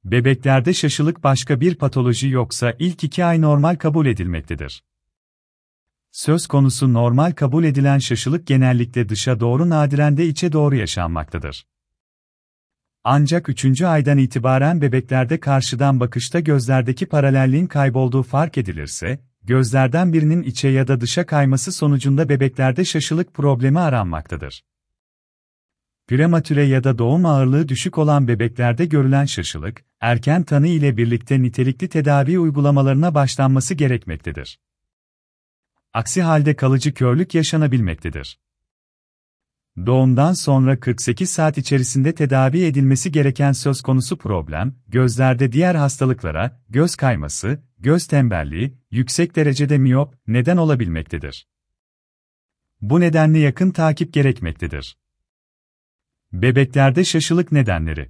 Bebeklerde şaşılık başka bir patoloji yoksa ilk 2 ay normal kabul edilmektedir. Söz konusu normal kabul edilen şaşılık genellikle dışa doğru nadiren de içe doğru yaşanmaktadır. Ancak 3. aydan itibaren bebeklerde karşıdan bakışta gözlerdeki paralelliğin kaybolduğu fark edilirse, gözlerden birinin içe ya da dışa kayması sonucunda bebeklerde şaşılık problemi aranmaktadır. Prematüre ya da doğum ağırlığı düşük olan bebeklerde görülen şaşılık, erken tanı ile birlikte nitelikli tedavi uygulamalarına başlanması gerekmektedir. Aksi halde kalıcı körlük yaşanabilmektedir. Doğumdan sonra 48 saat içerisinde tedavi edilmesi gereken söz konusu problem, gözlerde diğer hastalıklara, göz kayması, göz tembelliği, yüksek derecede miyop neden olabilmektedir. Bu nedenle yakın takip gerekmektedir. Bebeklerde şaşılık nedenleri.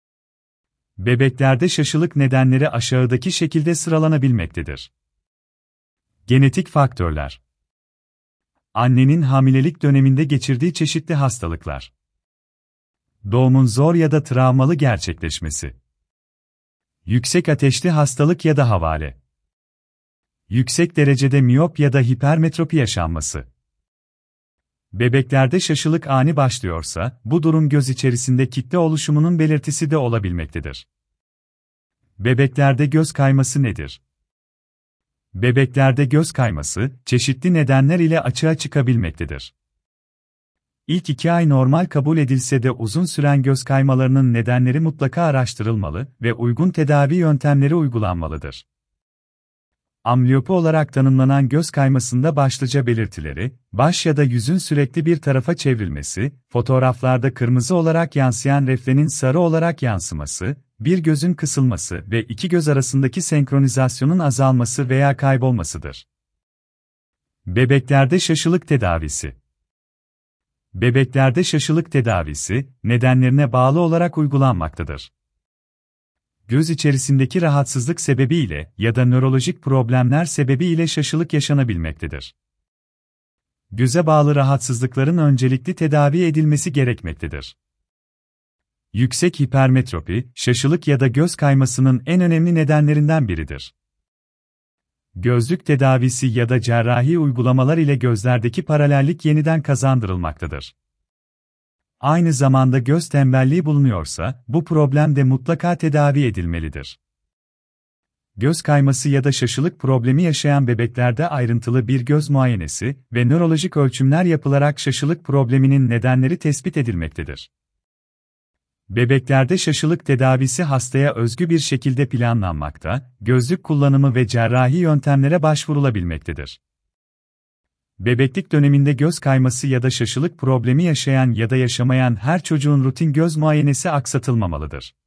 Bebeklerde şaşılık nedenleri aşağıdaki şekilde sıralanabilmektedir. Genetik faktörler. Annenin hamilelik döneminde geçirdiği çeşitli hastalıklar. Doğumun zor ya da travmalı gerçekleşmesi. Yüksek ateşli hastalık ya da havale. Yüksek derecede miyop ya da hipermetropi yaşanması. Bebeklerde şaşılık ani başlıyorsa, bu durum göz içerisinde kitle oluşumunun belirtisi de olabilmektedir. Bebeklerde göz kayması nedir? Bebeklerde göz kayması, çeşitli nedenler ile açığa çıkabilmektedir. İlk 2 ay normal kabul edilse de uzun süren göz kaymalarının nedenleri mutlaka araştırılmalı ve uygun tedavi yöntemleri uygulanmalıdır. Ambliyopi olarak tanımlanan göz kaymasında başlıca belirtileri, baş ya da yüzün sürekli bir tarafa çevrilmesi, fotoğraflarda kırmızı olarak yansıyan reflenin sarı olarak yansıması, bir gözün kısılması ve 2 göz arasındaki senkronizasyonun azalması veya kaybolmasıdır. Bebeklerde şaşılık tedavisi. Bebeklerde şaşılık tedavisi, nedenlerine bağlı olarak uygulanmaktadır. Göz içerisindeki rahatsızlık sebebiyle ya da nörolojik problemler sebebiyle şaşılık yaşanabilmektedir. Göze bağlı rahatsızlıkların öncelikli tedavi edilmesi gerekmektedir. Yüksek hipermetropi, şaşılık ya da göz kaymasının en önemli nedenlerinden biridir. Gözlük tedavisi ya da cerrahi uygulamalar ile gözlerdeki paralellik yeniden kazandırılmaktadır. Aynı zamanda göz tembelliği bulunuyorsa, bu problem de mutlaka tedavi edilmelidir. Göz kayması ya da şaşılık problemi yaşayan bebeklerde ayrıntılı bir göz muayenesi ve nörolojik ölçümler yapılarak şaşılık probleminin nedenleri tespit edilmektedir. Bebeklerde şaşılık tedavisi hastaya özgü bir şekilde planlanmakta, gözlük kullanımı ve cerrahi yöntemlere başvurulabilmektedir. Bebeklik döneminde göz kayması ya da şaşılık problemi yaşayan ya da yaşamayan her çocuğun rutin göz muayenesi aksatılmamalıdır.